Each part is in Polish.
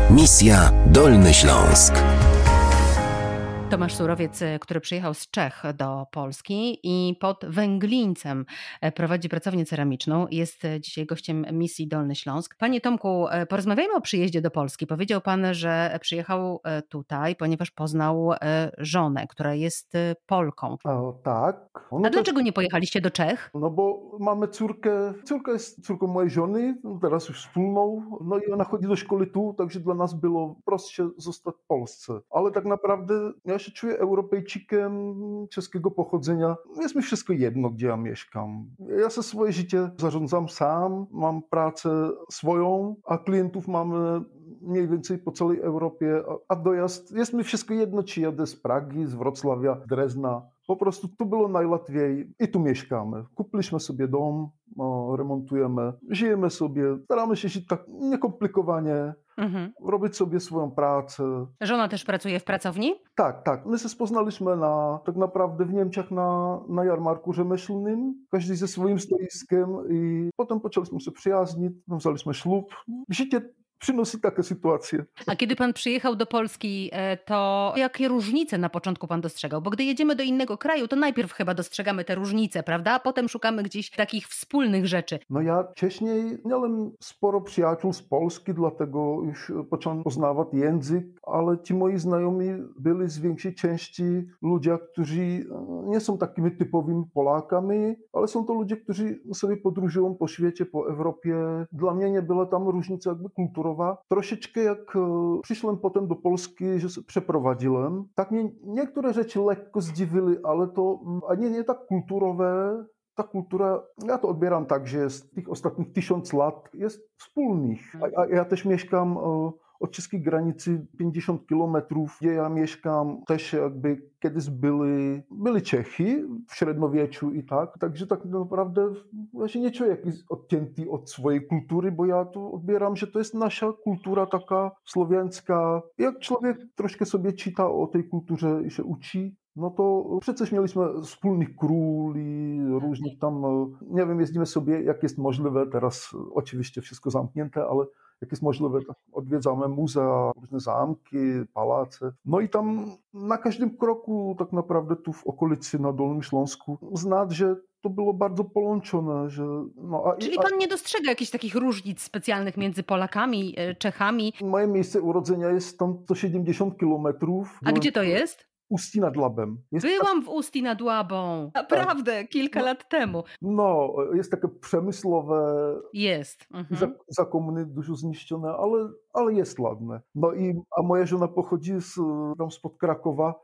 Misja Dolny Śląsk. Tomasz Surowiec, który przyjechał z Czech do Polski i pod Węglińcem prowadzi pracownię ceramiczną, jest dzisiaj gościem misji Dolny Śląsk. Panie Tomku, porozmawiajmy o przyjeździe do Polski. Powiedział pan, że przyjechał tutaj, ponieważ poznał żonę, która jest Polką. Tak. A dlaczego nie pojechaliście do Czech? No bo mamy córkę. Córka jest córką mojej żony, teraz już wspólną. No i ona chodzi do szkoły tu, także dla nas było prostsze zostać w Polsce. Ale tak naprawdę ja się czuję Europejczykiem czeskiego pochodzenia. Jest mi wszystko jedno, gdzie ja mieszkam. Ja sobie swoje życie zarządzam sam, mam pracę swoją, a klientów mamy mniej więcej po całej Europie, a dojazd jest mi wszystko jedno, czy jadę z Pragi, z Wrocławia, Drezna. Po prostu tu było najłatwiej i tu mieszkamy. Kupiliśmy sobie dom, remontujemy, żyjemy sobie, staramy się żyć tak niekomplikowanie, robić sobie swoją pracę. Żona też pracuje w pracowni? Tak. My się poznaliśmy tak naprawdę w Niemczech na jarmarku rzemieślnym, każdy ze swoim stoiskiem i potem poczęliśmy się przyjaźnić, nawiązaliśmy ślub. Życie przynosi takie sytuacje. A kiedy pan przyjechał do Polski, to jakie różnice na początku pan dostrzegał? Bo gdy jedziemy do innego kraju, to najpierw chyba dostrzegamy te różnice, prawda? A potem szukamy gdzieś takich wspólnych rzeczy. No ja wcześniej miałem sporo przyjaciół z Polski, dlatego już począłem poznawać język, ale ci moi znajomi byli z większej części ludzie, którzy nie są takimi typowymi Polakami, ale są to ludzie, którzy sobie podróżują po świecie, po Europie. Dla mnie nie była tam różnica jakby kulturowa. Troszeczkę jak przyszłem potem do Polski, że się przeprowadziłem, tak mnie niektóre rzeczy lekko zdziwiły, ale to ani nie tak kulturowe. Ta kultura, ja to odbieram tak, że z tych ostatnich 1000 lat jest wspólnych. A ja też mieszkam od czeskiej granicy 50 kilometrów, gdzie ja mieszkam, też jakby kiedyś byli Czechy w średniowieczu i tak. Także tak naprawdę ja się nie czuję jakiś odcięty od swojej kultury, bo ja to odbieram, że to jest nasza kultura taka słowiańska. Jak człowiek troszkę sobie czyta o tej kulturze i się uczy, no to przecież mieliśmy wspólnych króli, różnych tam, nie wiem, jeździmy sobie, jak jest możliwe, teraz oczywiście wszystko zamknięte, ale jak jest możliwe, to odwiedzamy muzea, różne zamki, pałace. No i tam na każdym kroku tak naprawdę tu w okolicy na Dolnym Śląsku znać, że to było bardzo połączone. Czyli pan nie dostrzega jakichś takich różnic specjalnych między Polakami, Czechami? Moje miejsce urodzenia jest stąd 170 kilometrów. A gdzie to jest? Ustí nad Labem. Byłam w Ustí nad Łabą. Naprawdę, kilka lat temu. No, jest takie przemysłowe. Jest. Za komuny dużo zniszczone, ale jest ładne. No a moja żona pochodzi spod Krakowa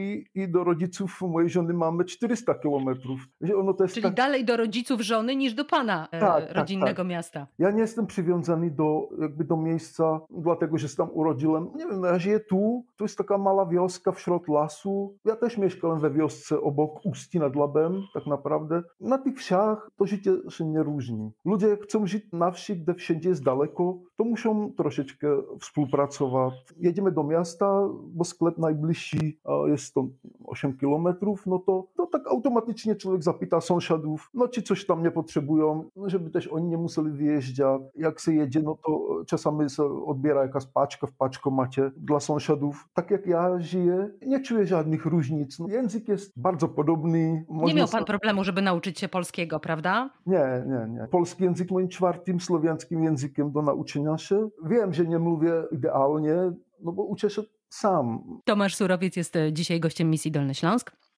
i do rodziców mojej żony mamy 400 kilometrów. Czyli dalej do rodziców żony niż do pana rodzinnego miasta. Ja nie jestem przywiązany do miejsca, dlatego że się tam urodziłem. Nie wiem, ja żyję tu. To jest taka mała wioska wśród lasu. Ja też mieszkałem we wiosce obok Ustí nad Labem, tak naprawdę. Na tych wsiach to życie się nie różni. Ludzie jak chcą żyć na wsi, gdzie wszędzie jest daleko, to muszą troszeczkę współpracować. Jedziemy do miasta, bo sklep najbliższy jest stąd 8 kilometrów, no to tak automatycznie człowiek zapyta sąsiadów, no czy coś tam nie potrzebują, żeby też oni nie musieli wyjeżdżać. Jak się jedzie, no to czasami się odbiera jakaś paczka w paczkomacie dla sąsiadów. Tak jak ja żyję, nie czuję żadnych różnic. No, język jest bardzo podobny. Nie miał pan problemu, żeby nauczyć się polskiego, prawda? Nie. Polski język moim czwartym słowiańskim językiem do nauczenia się. Wiem, że nie mówię idealnie, no bo uczę się sam. Tomasz Surowiec jest dzisiaj gościem misji Dolny Śląsk.